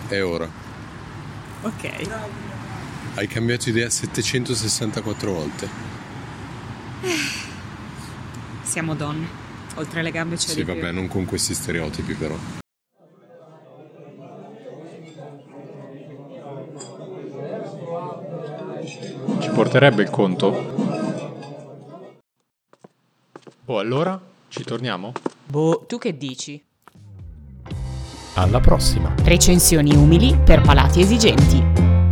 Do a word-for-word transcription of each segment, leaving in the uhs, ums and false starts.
è ora. Ok. Hai cambiato idea settecentosessantaquattro volte. Siamo donne. Oltre alle gambe c'è Sì, di vabbè, più. non con questi stereotipi però. Ci porterebbe il conto? Oh, allora? Ci torniamo? Boh, tu che dici? Alla prossima! Recensioni umili per palati esigenti.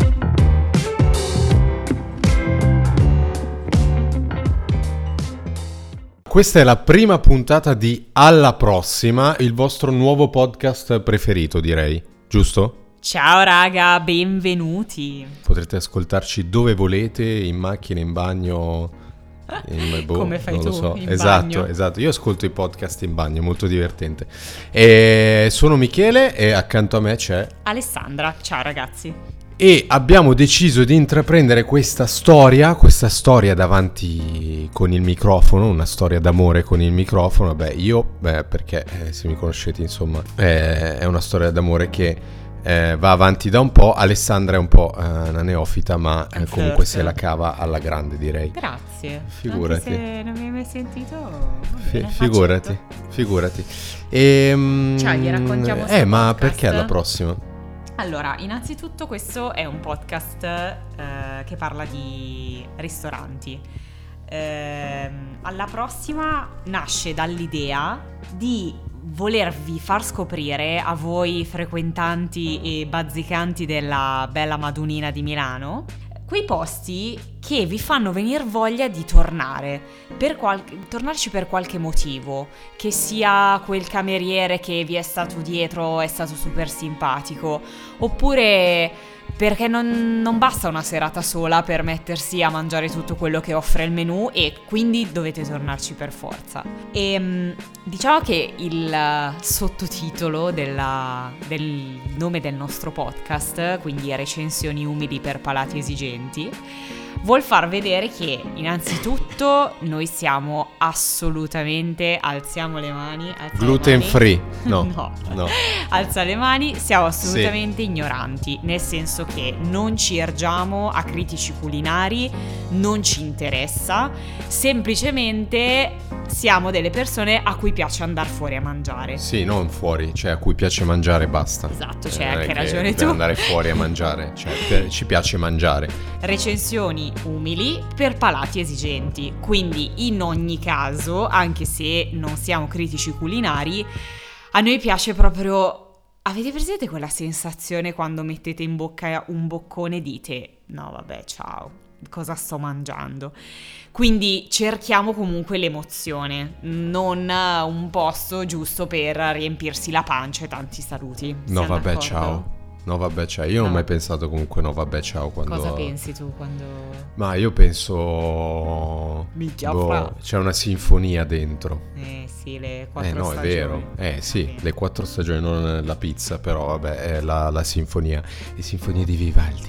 Questa è la prima puntata di Alla prossima, il vostro nuovo podcast preferito, direi, giusto? Ciao raga, benvenuti. Potrete ascoltarci dove volete, in macchina, in bagno, in, boh, Come fai non tu, lo so. in Esatto, bagno? esatto. Io ascolto i podcast in bagno, è molto divertente. E sono Michele e accanto a me c'è Alessandra, ciao ragazzi. E abbiamo deciso di intraprendere questa storia, questa storia davanti con il microfono, una storia d'amore con il microfono. Beh, io, beh, perché eh, se mi conoscete, insomma, eh, è una storia d'amore che eh, va avanti da un po'. Alessandra è un po' eh, una neofita, ma eh, comunque se la cava alla grande, direi. Grazie. Figurati. Anche se non mi hai mai sentito, va Fi- bene, figurati, accetto. figurati. E, Ciao, gli raccontiamo sto Eh, ma podcast? perché alla prossima? Allora, innanzitutto questo è un podcast eh, che parla di ristoranti. Ehm, alla prossima nasce dall'idea di volervi far scoprire a voi frequentanti e bazzicanti della bella Madunina di Milano quei posti che vi fanno venire voglia di tornare, per qualche, tornarci per qualche motivo, che sia quel cameriere che vi è stato dietro, è stato super simpatico, oppure perché non, non basta una serata sola per mettersi a mangiare tutto quello che offre il menù e quindi dovete tornarci per forza. E diciamo che il sottotitolo della, del nome del nostro podcast, quindi recensioni umili per palati esigenti, vuol far vedere che innanzitutto noi siamo assolutamente, alziamo le mani, alza Gluten le mani. free, no, no, no. Alza le mani, siamo assolutamente sì. ignoranti, nel senso che non ci ergiamo a critici culinari, non ci interessa, semplicemente siamo delle persone a cui piace andare fuori a mangiare. Sì, non fuori, cioè a cui piace mangiare basta. Esatto, c'hai Eh, anche che ragione per tu. andare fuori a mangiare, cioè per- ci piace mangiare. Recensioni umili per palati esigenti, quindi in ogni caso, anche se non siamo critici culinari, a noi piace proprio. Avete presente quella sensazione quando mettete in bocca un boccone e dite no vabbè ciao, cosa sto mangiando? Quindi cerchiamo comunque l'emozione, non un posto giusto per riempirsi la pancia e tanti saluti. No Siamo vabbè d'accordo? ciao. No vabbè ciao. Io non ho No. mai pensato comunque no vabbè ciao quando... Cosa pensi tu quando... Ma io penso... Minchia, boh, fra. c'è una sinfonia dentro. Eh sì, le quattro Eh no, stagioni. è vero. Eh sì, Va bene. le quattro stagioni, non la pizza, però vabbè, è la, la sinfonia. Le sinfonie di Vivaldi.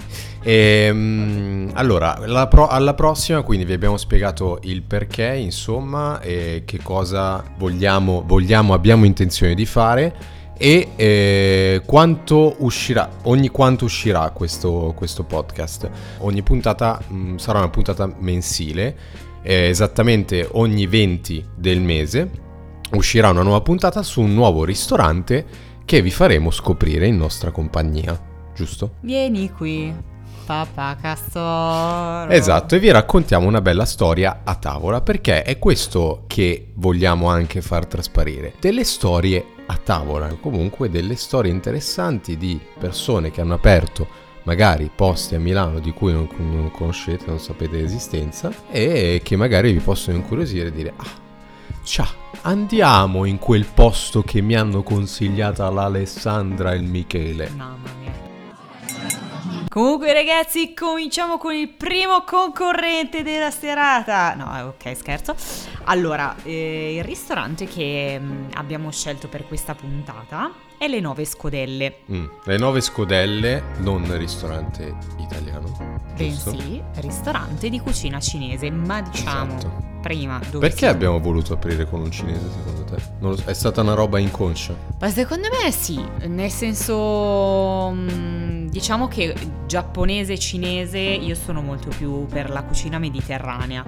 E, allora, la pro- alla prossima, quindi vi abbiamo spiegato il perché, insomma, e che cosa vogliamo, vogliamo, abbiamo intenzione di fare. E eh, quanto uscirà, ogni quanto uscirà questo, questo podcast. Ogni puntata mh, sarà una puntata mensile, eh, esattamente ogni venti del mese uscirà una nuova puntata su un nuovo ristorante che vi faremo scoprire in nostra compagnia, giusto? Vieni qui, papà Castoro. Esatto, e vi raccontiamo una bella storia a tavola, perché è questo che vogliamo anche far trasparire, delle storie a tavola, comunque delle storie interessanti di persone che hanno aperto magari posti a Milano di cui non, non conoscete, non sapete l'esistenza, e che magari vi possono incuriosire e dire ah, ciao, andiamo in quel posto che mi hanno consigliato l'Alessandra e il Michele. Mamma mia. Comunque ragazzi, cominciamo con il primo concorrente della serata. No, ok, scherzo. Allora, eh, il ristorante che mh, abbiamo scelto per questa puntata è Le Nove Scodelle. Mm, Le Nove Scodelle, non ristorante italiano, giusto? Bensì, ristorante di cucina cinese, ma diciamo Esatto. prima dove Perché si- abbiamo voluto aprire con un cinese secondo te? Non lo so, è stata una roba inconscia? Ma secondo me sì, nel senso mh, diciamo che giapponese e cinese io sono molto più per la cucina mediterranea.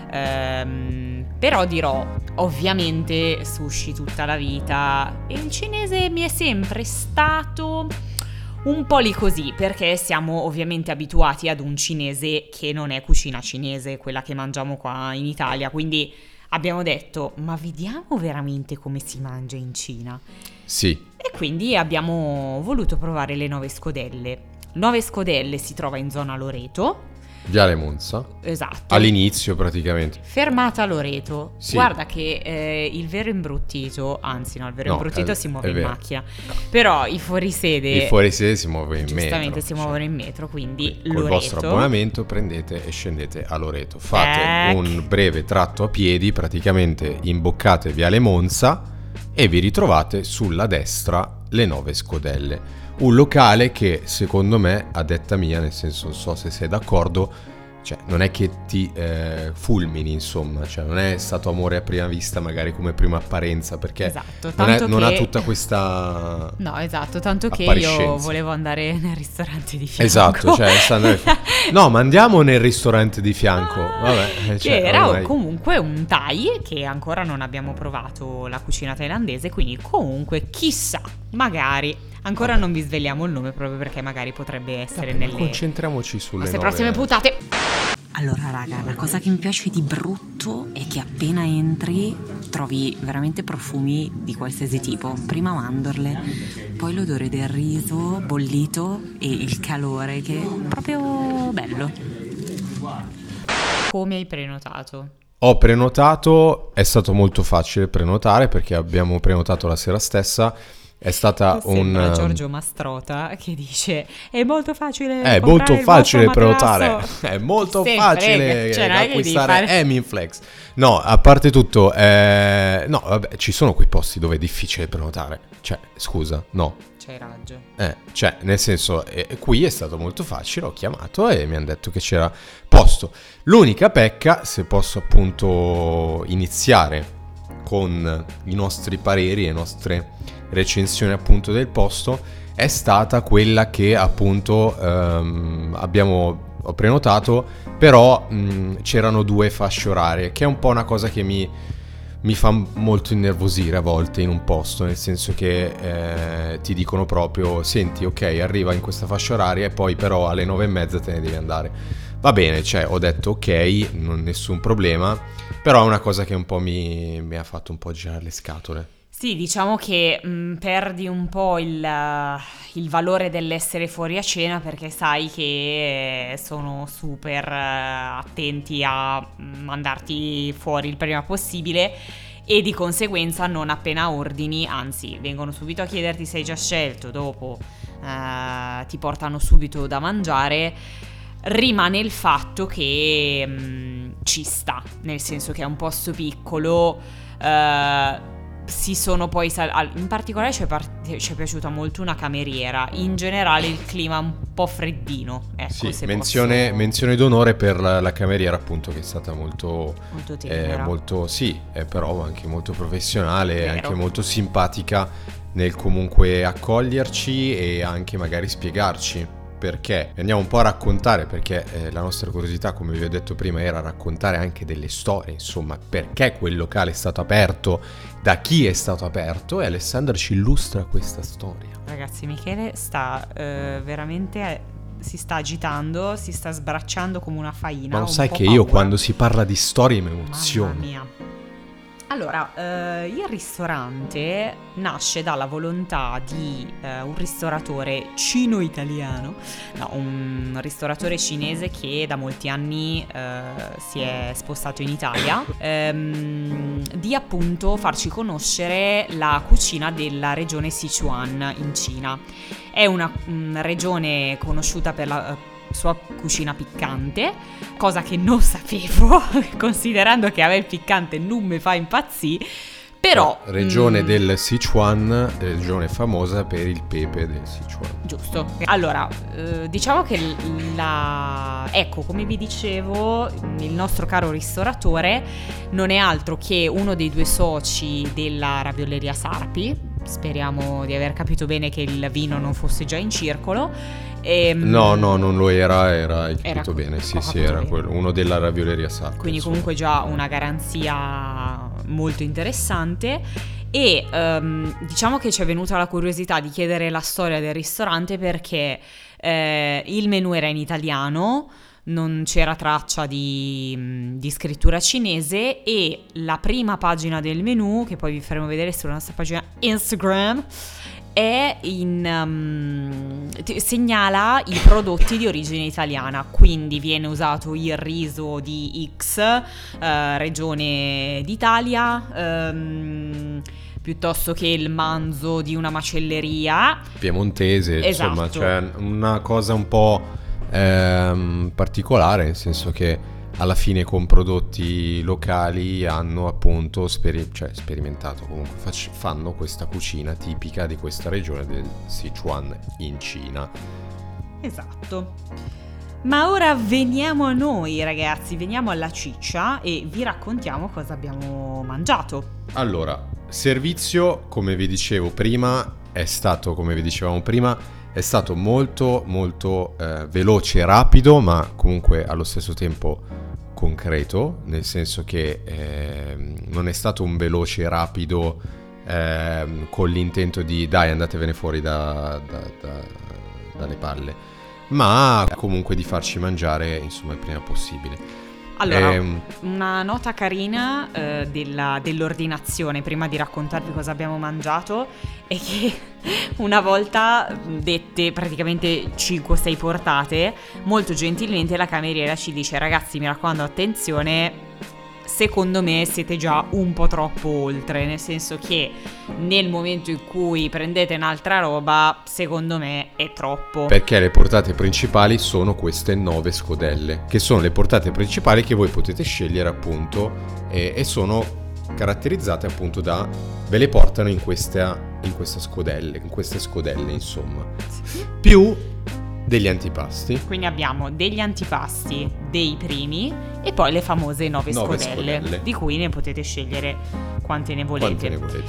Ehm, però dirò ovviamente sushi tutta la vita e il cinese mi è sempre stato un po' lì così, perché siamo ovviamente abituati ad un cinese che non è cucina cinese, quella che mangiamo qua in Italia, quindi abbiamo detto ma vediamo veramente come si mangia in Cina. Sì. E quindi abbiamo voluto provare Le Nove Scodelle. Nove Scodelle si trova in zona Loreto. Viale Monza. Esatto. All'inizio praticamente. Fermata Loreto. Sì. Guarda che eh, il vero imbruttito, anzi no, il vero No, imbruttito è- si è muove in vero. macchina. Però i fuorisede Il fuorisede si muove in giustamente metro. si muovono in metro, quindi Col Loreto. vostro abbonamento prendete e scendete a Loreto. Fate Ec. un breve tratto a piedi, praticamente imboccate Viale Monza e vi ritrovate sulla destra Le Nove Scodelle. Un locale che secondo me, a detta mia, nel senso non so se sei d'accordo, cioè non è che ti eh, fulmini, insomma, cioè non è stato amore a prima vista magari come prima apparenza, perché Esatto, non, è- tanto non ha che- tutta questa... No, esatto, tanto che io appariscenza. volevo andare nel ristorante di fianco. Esatto, cioè sta andando- no, ma andiamo nel ristorante di fianco. Vabbè, Che cioè, era ormai- comunque un Thai, che ancora non abbiamo provato la cucina thailandese, quindi comunque chissà, magari ancora Vabbè. non vi svegliamo il nome proprio perché magari potrebbe essere Vabbè, nelle concentriamoci sulle nostre nove- prossime puntate. Allora raga, la cosa che mi piace di brutto è che appena entri trovi veramente profumi di qualsiasi tipo. Prima mandorle, poi l'odore del riso bollito e il calore che è proprio bello. Come hai prenotato? Ho prenotato, è stato molto facile prenotare perché abbiamo prenotato la sera stessa. È stata Sembra un Giorgio Mastrota che dice è molto facile È comprare molto il facile vostro prenotare. materasso." È molto Sì, facile frega. Cioè, non è che devi acquistare fare- Eminflex. No, a parte tutto, eh, no, vabbè, ci sono quei posti dove è difficile prenotare. Cioè, scusa, no. C'hai raggio. Eh, cioè, nel senso, eh, qui è stato molto facile, ho chiamato e mi hanno detto che c'era posto. L'unica pecca, se posso appunto iniziare con i nostri pareri e le nostre recensioni appunto del posto, è stata quella che appunto ehm, abbiamo ho prenotato, però mh, c'erano due fasce orarie, che è un po' una cosa che mi mi fa molto innervosire a volte in un posto, nel senso che eh, ti dicono proprio senti, ok, arriva in questa fascia oraria e poi però alle nove e mezza te ne devi andare. Va bene, cioè ho detto ok, non nessun problema, però è una cosa che un po' mi, mi ha fatto un po' girare le scatole. Sì, diciamo che mh, perdi un po' il, il valore dell'essere fuori a cena perché sai che sono super eh, attenti a mandarti fuori il prima possibile e di conseguenza non appena ordini, anzi vengono subito a chiederti se hai già scelto, dopo eh, ti portano subito da mangiare. Rimane il fatto che mh, ci sta, nel senso che è un posto piccolo. eh, Si sono poi sal- in particolare ci è, par- ci è piaciuta molto una cameriera, in generale il clima un po' freddino, ecco, Sì, se menzione, posso- menzione d'onore per la, la cameriera appunto, che è stata molto, molto eh, tenera. molto sì, eh, però anche molto professionale, Vero. anche molto simpatica nel comunque accoglierci e anche magari spiegarci perché. Andiamo un po' a raccontare, perché eh, la nostra curiosità, come vi ho detto prima, era raccontare anche delle storie, insomma, perché quel locale è stato aperto, da chi è stato aperto, e Alessandra ci illustra questa storia. Ragazzi, Michele sta eh, veramente eh, si sta agitando, si sta sbracciando come una faina. Ma lo un sai po' che io paura. quando si parla di storie mi Mamma emoziono. mia. Allora, eh, il ristorante nasce dalla volontà di eh, un ristoratore cino-italiano, no, un ristoratore cinese che da molti anni eh, si è spostato in Italia, ehm, di appunto farci conoscere la cucina della regione Sichuan in Cina. È una mh, regione conosciuta per la uh, sua cucina piccante, cosa che non sapevo, considerando che a me il piccante non mi fa impazzire. Però regione mh, del Sichuan, regione famosa per il pepe del Sichuan. Giusto. Allora, eh, diciamo che la ecco, come vi dicevo, il nostro caro ristoratore non è altro che uno dei due soci della ravioleria Sarpi. Speriamo di aver capito bene che il vino non fosse già in circolo. E, no, no, non lo era, era hai capito era, bene, sì, sì, capito era bene. quello, uno della ravioleria Sarpi. Quindi insomma. comunque già una garanzia molto interessante. E um, diciamo che ci è venuta la curiosità di chiedere la storia del ristorante perché eh, il menù era in italiano, non c'era traccia di, di scrittura cinese e la prima pagina del menù, che poi vi faremo vedere sulla nostra pagina Instagram, è in um, t- segnala i prodotti di origine italiana, quindi viene usato il riso di X uh, regione d'Italia, um, piuttosto che il manzo di una macelleria piemontese, esatto. Insomma, cioè una cosa un po' ehm, particolare, nel senso che alla fine con prodotti locali hanno appunto speri- cioè sperimentato, comunque fac- fanno questa cucina tipica di questa regione del Sichuan in Cina. Esatto. Ma ora veniamo a noi, ragazzi, veniamo alla ciccia e vi raccontiamo cosa abbiamo mangiato. Allora, servizio, come vi dicevo prima, è stato, come vi dicevamo prima, è stato molto molto eh, veloce e rapido, ma comunque allo stesso tempo concreto, nel senso che eh, non è stato un veloce e rapido eh, con l'intento di dai andatevene fuori da, da, da, dalle palle, ma comunque di farci mangiare insomma il prima possibile. Allora, Ehm, una nota carina eh, della- dell'ordinazione, prima di raccontarvi cosa abbiamo mangiato, è che una volta dette praticamente cinque sei portate, molto gentilmente la cameriera ci dice: ragazzi, mi raccomando, attenzione, secondo me siete già un po' troppo oltre, nel senso che nel momento in cui prendete un'altra roba, secondo me è troppo. Perché le portate principali sono queste nove scodelle, che sono le portate principali che voi potete scegliere appunto e, e sono caratterizzate appunto da ve le portano in questa, in questa scodelle, in queste scodelle insomma, più degli antipasti. Quindi abbiamo degli antipasti, dei primi e poi le famose nove, Nove scodelle, scodelle. di cui ne potete scegliere quante ne volete. Quante ne volete?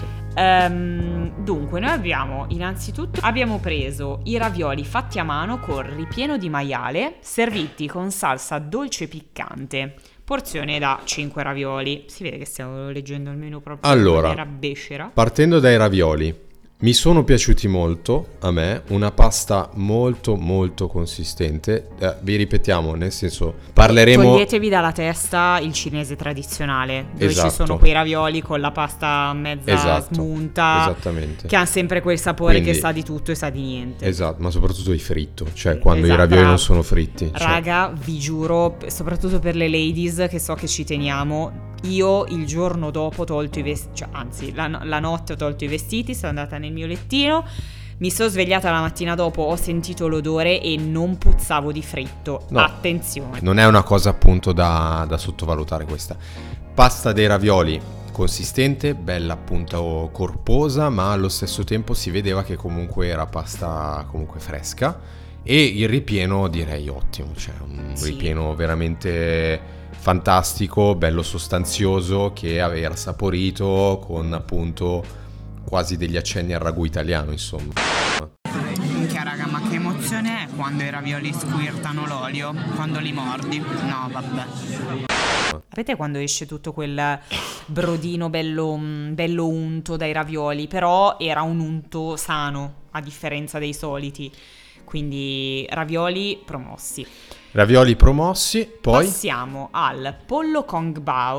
Ehm, dunque, noi abbiamo innanzitutto abbiamo preso i ravioli fatti a mano con ripieno di maiale, serviti con salsa dolce piccante. Porzione da cinque ravioli. Si vede che stiamo leggendo il menù proprio Allora, in maniera becera. Partendo dai ravioli, mi sono piaciuti molto a me, una pasta molto molto consistente, eh, vi ripetiamo, nel senso parleremo... Toglietevi dalla testa il cinese tradizionale, dove Esatto. ci sono quei ravioli con la pasta mezza Esatto, smunta, esattamente. che ha sempre quel sapore Quindi- che sa di tutto e sa di niente. Esatto, ma soprattutto il fritto, cioè quando Esatto, i ravioli bravo. non sono fritti. cioè- Raga, vi giuro, soprattutto per le ladies che so che ci teniamo, io il giorno dopo ho tolto i vestiti, cioè, anzi la, la notte ho tolto i vestiti, sono andata nel mio lettino, mi sono svegliata la mattina dopo, ho sentito l'odore e non puzzavo di fritto. No. Attenzione. Non è una cosa appunto da, da sottovalutare questa. Pasta dei ravioli consistente, bella appunto corposa, ma allo stesso tempo si vedeva che comunque era pasta comunque fresca, e il ripieno direi ottimo, cioè un Sì. ripieno veramente fantastico, bello sostanzioso, che aveva saporito con appunto quasi degli accenni al ragù italiano, insomma. Minchia raga, ma che emozione è quando i ravioli squirtano l'olio, quando li mordi? No, vabbè. Sapete quando esce tutto quel brodino bello, bello unto dai ravioli? Però era un unto sano, a differenza dei soliti. Quindi ravioli promossi. Ravioli promossi, poi Passiamo al pollo Kong Bao,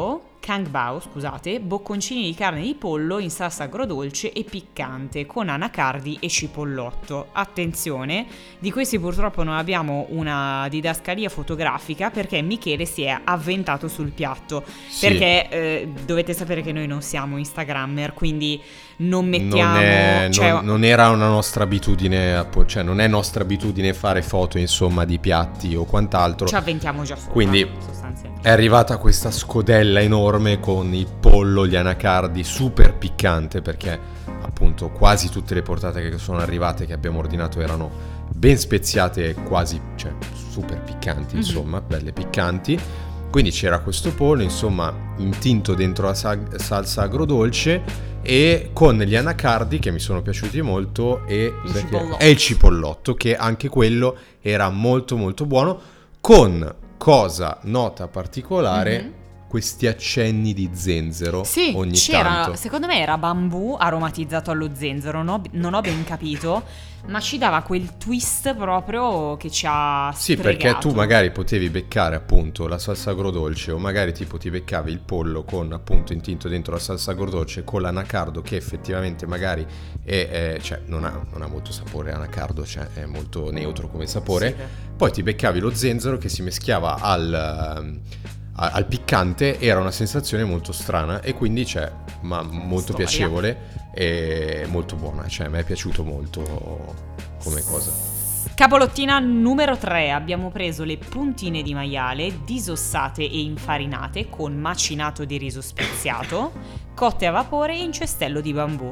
Kung Pao, scusate, bocconcini di carne di pollo in salsa agrodolce e piccante con anacardi e cipollotto. Attenzione, di questi purtroppo non abbiamo una didascalia fotografica perché Michele si è avventato sul piatto. Sì. Perché eh, dovete sapere che noi non siamo instagrammer, quindi non mettiamo... Non, è, cioè, non, non era una nostra abitudine, cioè non è nostra abitudine fare foto insomma di piatti o quant'altro. ci avventiamo già sopra, Quindi sostanzialmente. è arrivata questa scodella enorme con il pollo, gli anacardi, super piccante, perché appunto quasi tutte le portate che sono arrivate che abbiamo ordinato erano ben speziate, quasi, cioè super piccanti, Mhm. insomma, belle piccanti. Quindi c'era questo pollo, insomma, intinto dentro la sa- salsa agrodolce e con gli anacardi che mi sono piaciuti molto e, Il cipollotto. e il cipollotto, che anche quello era molto molto buono, con, cosa nota particolare, Mhm. questi accenni di zenzero Sì, ogni c'era, tanto. secondo me era bambù aromatizzato allo zenzero, no? Non ho ben capito, ma ci dava quel twist proprio che ci ha Sì, stregato. perché tu magari potevi beccare appunto la salsa agrodolce, o magari tipo ti beccavi il pollo con appunto intinto dentro la salsa agrodolce con l'anacardo, che effettivamente magari è, è- cioè non ha, non ha molto sapore anacardo, cioè è molto neutro come sapore. Sì, beh. Poi ti beccavi lo zenzero che si mischiava al, ehm, a- al piccante, era una sensazione molto strana e quindi cioè, ma molto Storia. piacevole e molto buona, cioè mi è piaciuto molto come cosa. Capolottina numero tre, abbiamo preso le puntine di maiale disossate e infarinate con macinato di riso speziato, cotte a vapore in cestello di bambù.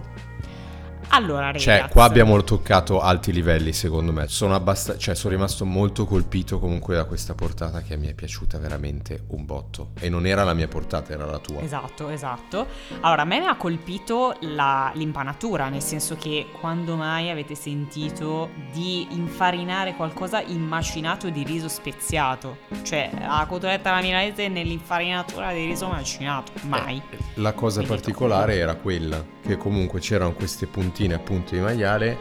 Allora ragazzi, Cioè, qua abbiamo toccato alti livelli, secondo me. Sono abbast- cioè, sono rimasto molto colpito comunque da questa portata, che mi è piaciuta veramente un botto. E non era la mia portata, era la tua. Esatto, esatto. Allora, a me mi ha colpito la- l'impanatura, nel senso che quando mai avete sentito di infarinare qualcosa in macinato di riso speziato? Cioè, la cotoletta alla milanese nell'infarinatura di riso macinato? Mai. La cosa Quindi particolare era quella, che comunque c'erano queste puntine appunto di maiale,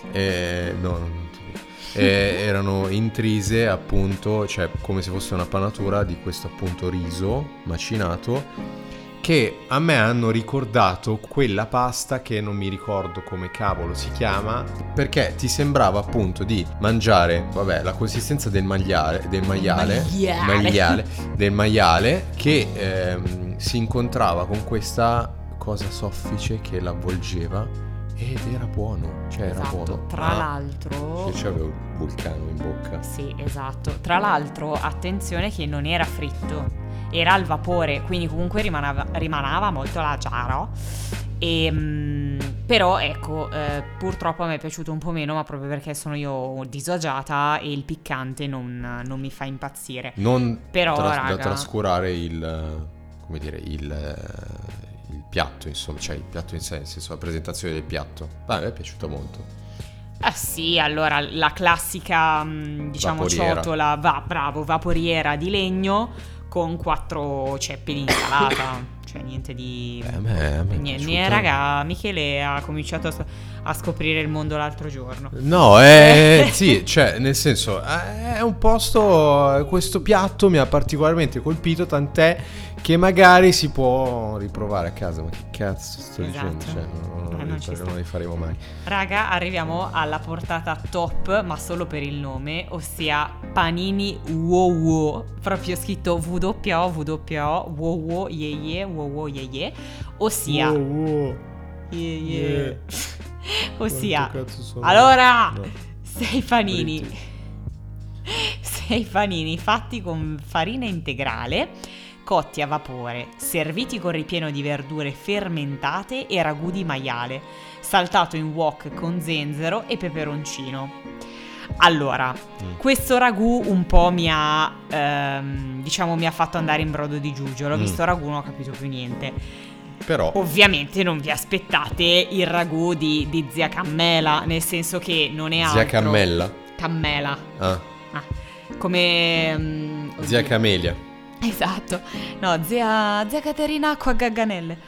e, no, non ti dico. E erano intrise appunto, cioè come se fosse una panatura di questo appunto riso macinato, che a me hanno ricordato quella pasta che non mi ricordo come cavolo si chiama, perché ti sembrava appunto di mangiare, vabbè, la consistenza del maiale, del maiale, Maiale. maiale del maiale che ehm, si incontrava con questa cosa soffice che l'avvolgeva ed era buono, cioè era Esatto, buono. tra Ah, l'altro... sì, c'avevo il vulcano in bocca. Sì, esatto. Tra l'altro, attenzione che non era fritto, era al vapore, quindi comunque rimaneva, rimaneva molto leggero. E, mm, però ecco, eh, purtroppo a me è piaciuto un po' meno, ma proprio perché sono io disagiata e il piccante non, non mi fa impazzire. Non Però, tras- raga- da trascurare il, come dire, il, eh, il piatto, insomma, cioè il piatto in sé, nel senso la presentazione del piatto. Ah, mi è piaciuto molto. Ah sì, allora la classica, mm, diciamo, Vaporiera. ciotola, va, bravo, vaporiera di legno con quattro ceppi di insalata. Cioè niente di... Eh, a me, a me è Niente, piaciuta. raga, Michele ha cominciato a, s- a scoprire il mondo l'altro giorno. No, eh, sì, cioè, nel senso, eh, è un posto, questo piatto mi ha particolarmente colpito, tant'è che magari si può riprovare a casa, ma che cazzo sto Esatto. dicendo, cioè, non, Eh, non, non ci li, sta. non li faremo mai. Raga, arriviamo alla portata top, ma solo per il nome, ossia panini wow wow, proprio scritto W O W O wow wow ye ye wow wow ye ye, ossia Wow, wow. ye ye. Yeah. ossia Quanto cazzo sono? allora No. sei panini Dritti. sei panini fatti con farina integrale, cotti a vapore, serviti con ripieno di verdure fermentate e ragù di maiale, saltato in wok con zenzero e peperoncino. Allora, Mm. questo ragù un po' mi ha, ehm, diciamo, mi ha fatto andare in brodo di giugio. L'ho Mm. visto ragù, non ho capito più niente. Però, Ovviamente non vi aspettate il ragù di, di zia Cammela, nel senso che non è altro... zia Cammella, Cammela. ah, Ah, come... mm, zia oddio. Camelia. Esatto. No, zia, zia Caterina Acqua Gagganelle.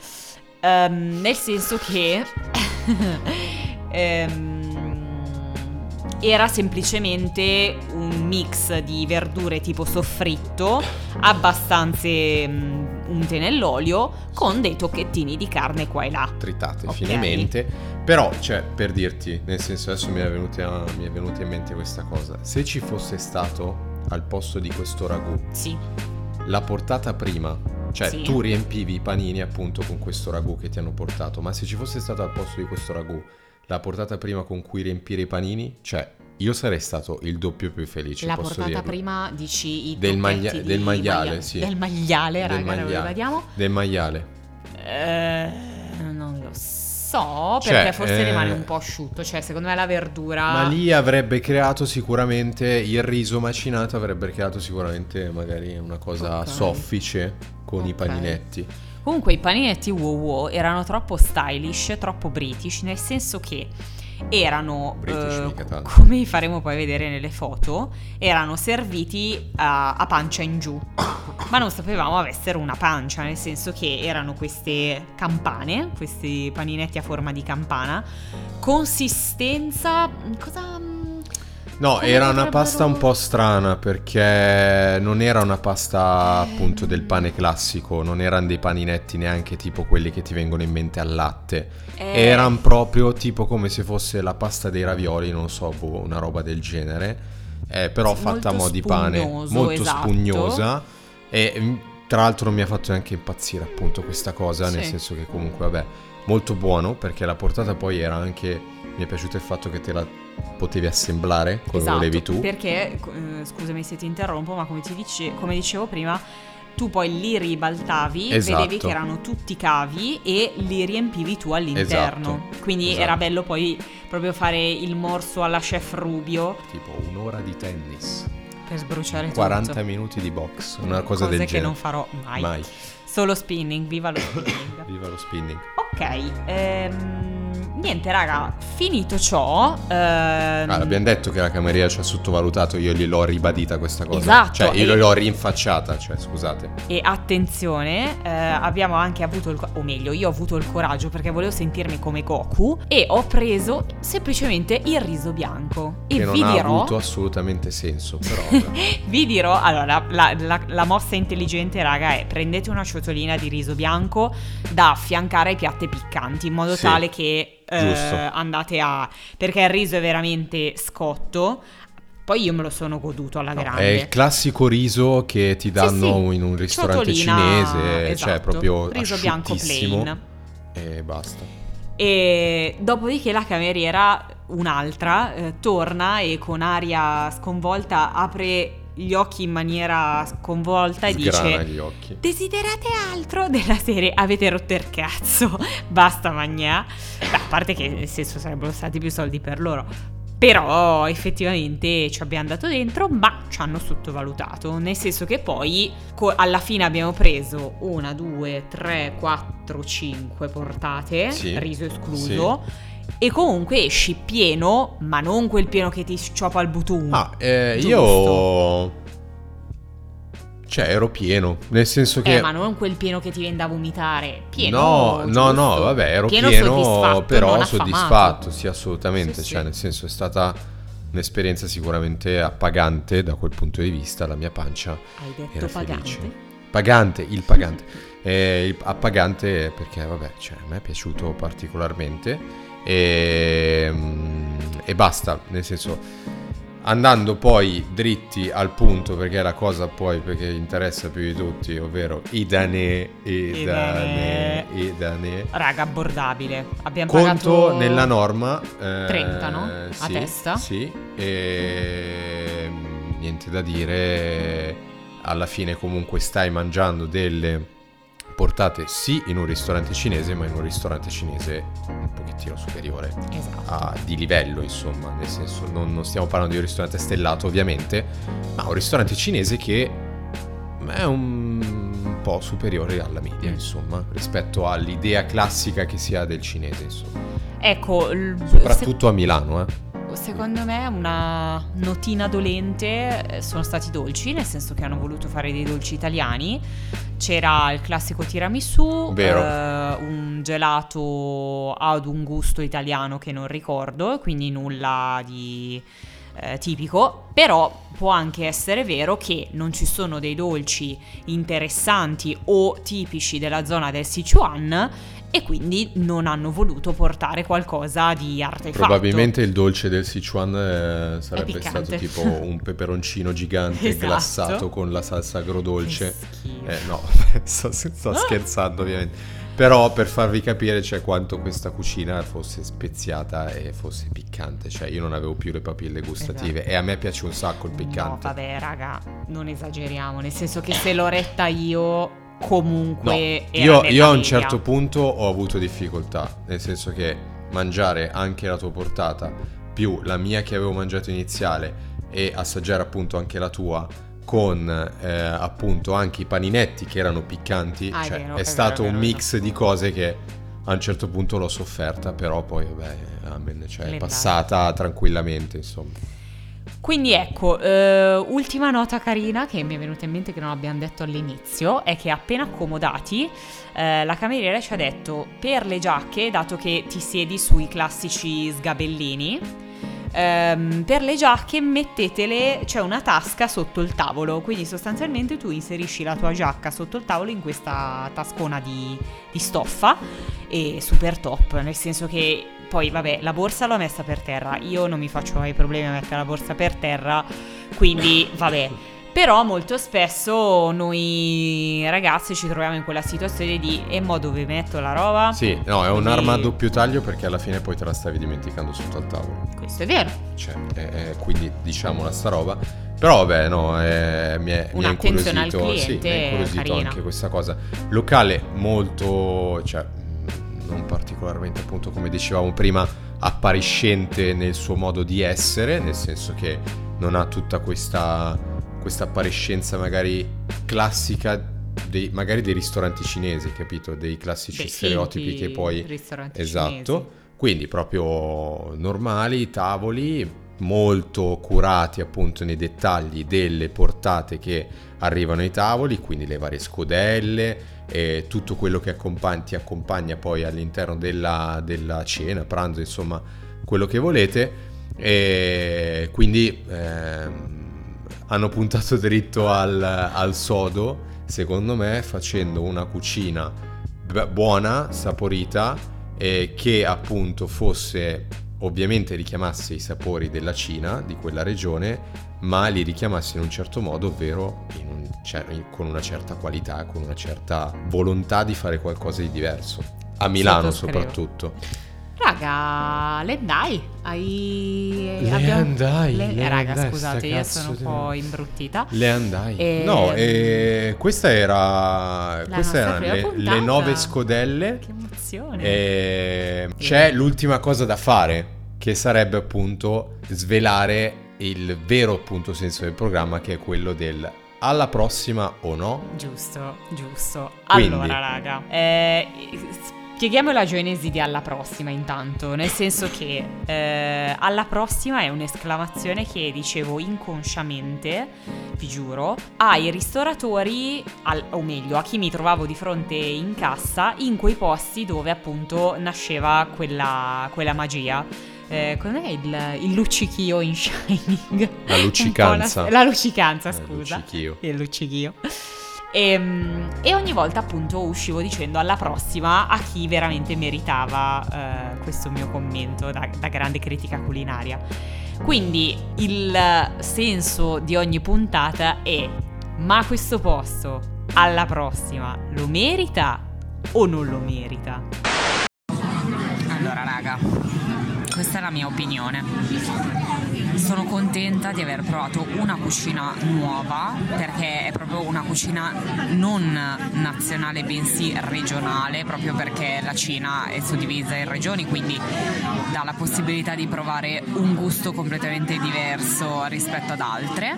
Ehm, nel senso che... ehm, era semplicemente un mix di verdure tipo soffritto, abbastanza mh, unte nell'olio, con dei tocchettini di carne qua e là. Tritate Ok. finemente. Però, cioè, per dirti, nel senso, adesso mi è venuta, mi è venuta in mente questa cosa. Se ci fosse stato al posto di questo ragù Sì. la portata prima, cioè Sì. tu riempivi i panini appunto con questo ragù che ti hanno portato, ma se ci fosse stato al posto di questo ragù la portata prima con cui riempire i panini, cioè io sarei stato il doppio più felice, La posso portata dirlo. prima dici i Del maglia- tocchetti del di maiale, maglia- sì. Del maiale, Del raga, lo maiale. ribadiamo. Del maiale. Eh, non lo so, Cioè, perché forse eh, rimane un po' asciutto, cioè secondo me la verdura... Ma lì avrebbe creato sicuramente il riso macinato, avrebbe creato sicuramente magari una cosa Ok. soffice con i Ok. paninetti. Comunque i paninetti wow wow erano troppo stylish, troppo british, nel senso che erano, British eh, mica tanto. come vi faremo poi vedere nelle foto, erano serviti a, a pancia in giù, ma non sapevamo avessero una pancia, nel senso che erano queste campane, questi paninetti a forma di campana, consistenza... cosa... No, Come era una potrebbero- pasta un po' strana perché non era una pasta appunto del pane classico, non erano dei paninetti neanche tipo quelli che ti vengono in mente al latte. Eh. Erano proprio tipo come se fosse la pasta dei ravioli, non so, boh, una roba del genere, eh, però Sì, fatta a molto mo' di pane, spugnoso, molto esatto. spugnosa e mm, tra l'altro non mi ha fatto neanche impazzire appunto questa cosa, nel Sì. senso che comunque vabbè, molto buono perché la portata poi era anche, mi è piaciuto il fatto che te la potevi assemblare come Esatto, volevi tu. perché, eh, scusami se ti interrompo, ma come, ti dice, come dicevo prima, tu poi li ribaltavi, Esatto. vedevi che erano tutti cavi e li riempivi tu all'interno. Esatto, Quindi esatto. era bello poi proprio fare il morso alla chef Rubio Tipo un'ora di tennis, per sbruciare quaranta tutto. minuti di box, una cosa Cose del che genere. non farò mai. Mai. Solo spinning, viva lo spinning. Viva lo spinning. Ok, ehm, niente raga, finito ciò... ehm, Ah, l'abbiamo detto che la cameriera ci ha sottovalutato, io gliel'ho ribadita questa cosa. Esatto, Cioè, io e- l'ho rinfacciata, cioè, scusate. E attenzione, eh, abbiamo anche avuto il co- o meglio, io ho avuto il coraggio perché volevo sentirmi come Goku e ho preso semplicemente il riso bianco. E Che non vi ha dirò, avuto assolutamente senso, però. vabbè. vi dirò, allora, la, la- la mossa intelligente, raga, è prendete una ciotolina di riso bianco da affiancare ai piatti piccanti, in modo Sì, tale che eh, giusto. andate a... perché il riso è veramente scotto. Poi io me lo sono goduto alla No, grande. è il classico riso che ti danno sì. in un ristorante Ciotolina, cinese, cioè esatto. proprio Riso bianco asciuttissimo. plain. E basta. E dopodiché la cameriera, un'altra, eh, torna e con aria sconvolta apre gli occhi in maniera sconvolta e Sgrana dice: gli occhi. desiderate altro? Della serie avete rotto il cazzo, basta magnà. Beh, a parte che nel senso sarebbero stati più soldi per loro, però effettivamente ci abbiamo dato dentro, ma ci hanno sottovalutato, nel senso che poi co- alla fine abbiamo preso una, due, tre, quattro, cinque portate, Sì, riso escluso, e comunque esci pieno, ma non quel pieno che ti scioppa il butum. Ah, eh, Giusto. io... Cioè, ero pieno, nel senso che... Eh, ma non quel pieno che ti viene da vomitare. Pieno. No, no, giusto. no, vabbè, ero pieno, pieno, soddisfatto, però non affamato. soddisfatto, sì, assolutamente, Sì, cioè sì. nel senso è stata un'esperienza sicuramente appagante da quel punto di vista, la mia pancia Hai detto era pagante? felice. Pagante, il pagante. Eh, il- appagante perché, vabbè, cioè, a me è piaciuto particolarmente e, mm, e basta, nel senso... Andando poi dritti al punto, perché è la cosa poi perché interessa più di tutti, ovvero i danè, i danè, i danè. Raga, abbordabile. Abbiamo Conto pagato nella norma eh, trenta, no? A sì, testa? Sì, e mm, niente da dire, alla fine comunque stai mangiando delle portate sì in un ristorante cinese, ma in un ristorante cinese un pochettino superiore Esatto. a- di livello, insomma, nel senso non, non stiamo parlando di un ristorante stellato ovviamente, ma un ristorante cinese che è un, un po' superiore alla media, insomma, rispetto all'idea classica che si ha del cinese, insomma, Ecco, il- soprattutto a Milano, eh. se- secondo me una notina dolente eh, sono stati dolci, nel senso che hanno voluto fare dei dolci italiani. C'era il classico tiramisù, Vero. eh, un gelato ad un gusto italiano che non ricordo, quindi nulla di eh, tipico, però può anche essere vero che non ci sono dei dolci interessanti o tipici della zona del Sichuan e quindi non hanno voluto portare qualcosa di artefatto. Probabilmente il dolce del Sichuan eh, sarebbe piccante. stato tipo un peperoncino gigante Esatto. glassato con la salsa agrodolce. Che schifo. Eh, no, sto, sto scherzando ovviamente. Però per farvi capire, cioè, quanto questa cucina fosse speziata e fosse piccante. Cioè, io non avevo più le papille gustative. Esatto. E a me piace un sacco il piccante. No, vabbè, raga, non esageriamo, nel senso che se l'ho retta io comunque No, era io, nella io a un media. certo punto ho avuto difficoltà, nel senso che mangiare anche la tua portata più la mia che avevo mangiato iniziale e assaggiare appunto anche la tua con eh, appunto anche i paninetti che erano piccanti, Ah, è cioè vero, è è stato vero, è un vero. mix di cose che a un certo punto l'ho sofferta, però poi vabbè, amen, cioè è Le passata tranquillamente, insomma. Quindi ecco, eh, ultima nota carina che mi è venuta in mente che non abbiamo detto all'inizio è che appena accomodati eh, la cameriera ci ha detto: per le giacche, dato che ti siedi sui classici sgabellini, ehm, per le giacche mettetele, c'è una tasca sotto il tavolo, quindi sostanzialmente tu inserisci la tua giacca sotto il tavolo in questa tascona di, di stoffa, e super top, nel senso che poi vabbè, la borsa l'ho messa per terra, io non mi faccio mai problemi a mettere la borsa per terra, quindi vabbè. Però molto spesso noi ragazzi ci troviamo in quella situazione di e mo dove metto la roba? Sì, no, è Quindi- un'arma a doppio taglio perché alla fine poi te la stavi dimenticando sotto al tavolo. Questo è vero. Cioè, eh, eh, quindi diciamola sta roba. Però vabbè, no, eh, mi è, mi è Un'attenzione al incuriosito, sì, mi cliente è incuriosito carina. anche questa cosa. Locale molto, cioè, mh, non particolarmente appunto come dicevamo prima, appariscente nel suo modo di essere, nel senso che non ha tutta questa, questa appariscenza magari classica dei, magari dei ristoranti cinesi, capito? Dei classici Dei stereotipi finti che poi... ristoranti Esatto. cinesi. Quindi proprio normali, tavoli molto curati appunto nei dettagli delle portate che arrivano ai tavoli, quindi le varie scodelle e tutto quello che accompagna, ti accompagna poi all'interno della, della cena, pranzo, insomma quello che volete. E quindi ehm, hanno puntato dritto al, al sodo, secondo me, facendo una cucina b- buona, saporita, e che appunto fosse, ovviamente richiamasse i sapori della Cina, di quella regione, ma li richiamasse in un certo modo, ovvero in un, cioè, in- con una certa qualità, con una certa volontà di fare qualcosa di diverso. A Milano Sottoscrivo. soprattutto. Raga, Lendai, hai... Le abbiamo- andai, Le- le eh, raga, andai, scusate, sta io cazzo sono un di- po' imbruttita. Le andai. E- No, eh, questa era queste nostra erano prima le, puntata. le nove scodelle. Che emozione. E c'è l'ultima cosa da fare, che sarebbe appunto svelare il vero appunto senso del programma, che è quello del alla prossima o no. Giusto, giusto. Quindi- Allora, raga, eh, spieghiamo la genesi di alla prossima intanto, nel senso che eh, alla prossima è un'esclamazione che dicevo inconsciamente, vi giuro, ai ristoratori, al- o meglio a chi mi trovavo di fronte in cassa, in quei posti dove appunto nasceva quella, quella magia. Eh, com'è il, il luccichio in Shining? La Un po' luccicanza. La, la luccicanza, Eh, scusa. luccichio. Il luccichio. E, e ogni volta appunto uscivo dicendo alla prossima a chi veramente meritava eh, questo mio commento da, da grande critica culinaria. Quindi il senso di ogni puntata è: ma questo posto alla prossima lo merita o non lo merita? Allora raga, questa è la mia opinione. Sono contenta di aver provato una cucina nuova, perché è proprio una cucina non nazionale bensì regionale, proprio perché la Cina è suddivisa in regioni, quindi dà la possibilità di provare un gusto completamente diverso rispetto ad altre.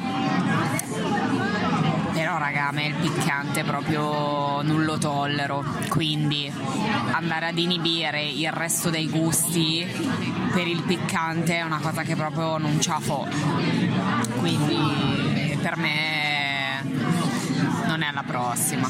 Però raga, a me il piccante proprio non lo tollero, quindi andare ad inibire il resto dei gusti per il piccante è una cosa che proprio non c'ha fo. Quindi per me non è la prossima.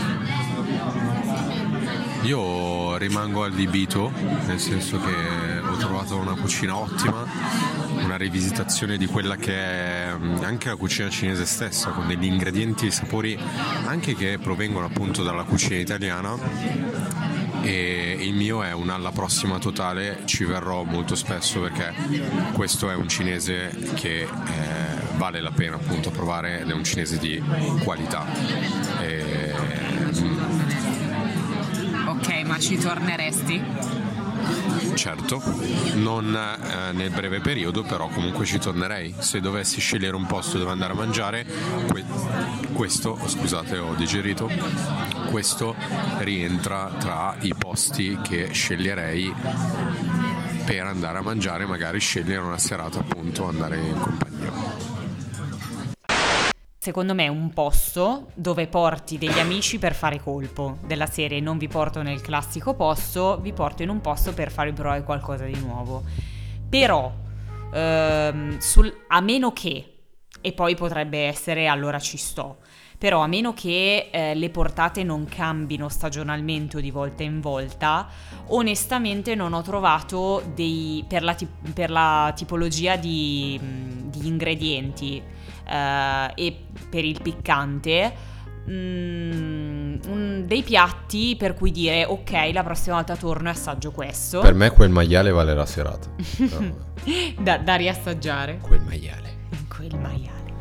Io rimango allibito, nel senso che ho trovato una cucina ottima, una rivisitazione di quella che è anche la cucina cinese stessa, con degli ingredienti e sapori anche che provengono appunto dalla cucina italiana. E il mio è un alla prossima totale, ci verrò molto spesso perché questo è un cinese che eh, vale la pena appunto provare ed è un cinese di qualità. E, mm, Ok, ma ci torneresti? Certo, non eh, nel breve periodo, però comunque ci tornerei. Se dovessi scegliere un posto dove andare a mangiare, que- questo, scusate ho digerito, questo rientra tra i posti che sceglierei per andare a mangiare, magari scegliere una serata appunto, andare in compagnia. Secondo me è un posto dove porti degli amici per fare colpo, della serie non vi porto nel classico posto, vi porto in un posto per farvi provare qualcosa di nuovo. Però, ehm, sul, a meno che, e poi potrebbe essere allora ci sto, però a meno che eh, le portate non cambino stagionalmente o di volta in volta, onestamente non ho trovato dei, per la, tip- per la tipologia di, di ingredienti, Uh, e per il piccante mm, un, dei piatti per cui dire ok, la prossima volta torno e assaggio questo. Per me quel maiale vale la serata. No. da, da riassaggiare Quel maiale. quel maiale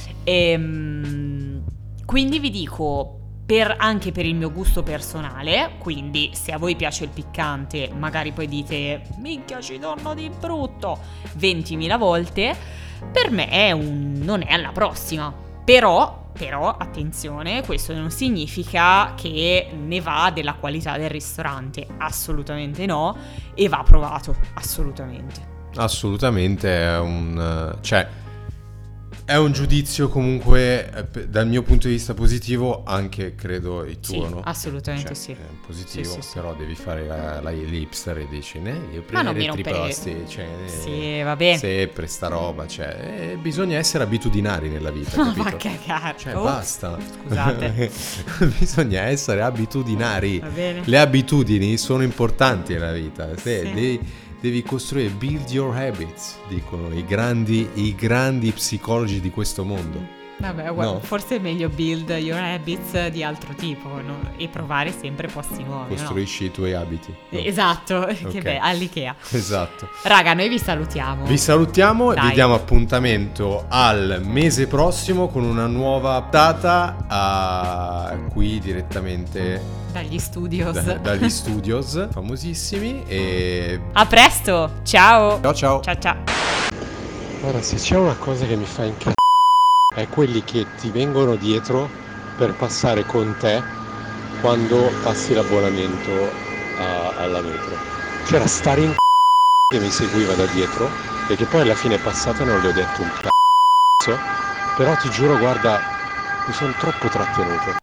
ehm, quindi vi dico, per, anche per il mio gusto personale, quindi se a voi piace il piccante magari poi dite minchia ci torno di brutto ventimila volte, per me è un, non è alla prossima. Però, però, attenzione, questo non significa che ne va della qualità del ristorante. Assolutamente no. E va provato, assolutamente. Assolutamente è un... cioè... È un giudizio comunque eh, dal mio punto di vista positivo, anche credo il tuo, sì, no? assolutamente cioè, sì. È positivo, Sì, sì, però sì. devi fare la, la l'hipster e dici, ne, io Ma non mi prendo i rompere- posti, cioè, Sì, va bene. sempre sta roba, cioè, eh, bisogna essere abitudinari nella vita, Ma capito? va a cagare. Cioè, Oh, basta. Scusate. Bisogna essere abitudinari. Va bene. Le abitudini sono importanti nella vita. Se Sì. devi, devi costruire, build your habits, dicono i grandi, i grandi psicologi di questo mondo. Vabbè, guarda, No. forse è meglio build your habits di altro tipo, no? E provare sempre posti nuovi, no? Costruisci i tuoi abiti. No. Esatto, che Ok. bello, all'Ikea. Esatto. Raga, noi vi salutiamo. Vi salutiamo e Dai. vi diamo appuntamento al mese prossimo con una nuova data a qui direttamente Dagli studios. da- dagli studios famosissimi e A presto, ciao. ciao ciao. Ciao ciao. Ora, se c'è una cosa che mi fa incazzare è quelli che ti vengono dietro per passare con te quando passi l'abbonamento a- alla metro. C'era stare in c***o che mi seguiva da dietro e che poi alla fine è passata e non le ho detto un c***o, però ti giuro, guarda, mi sono troppo trattenuto.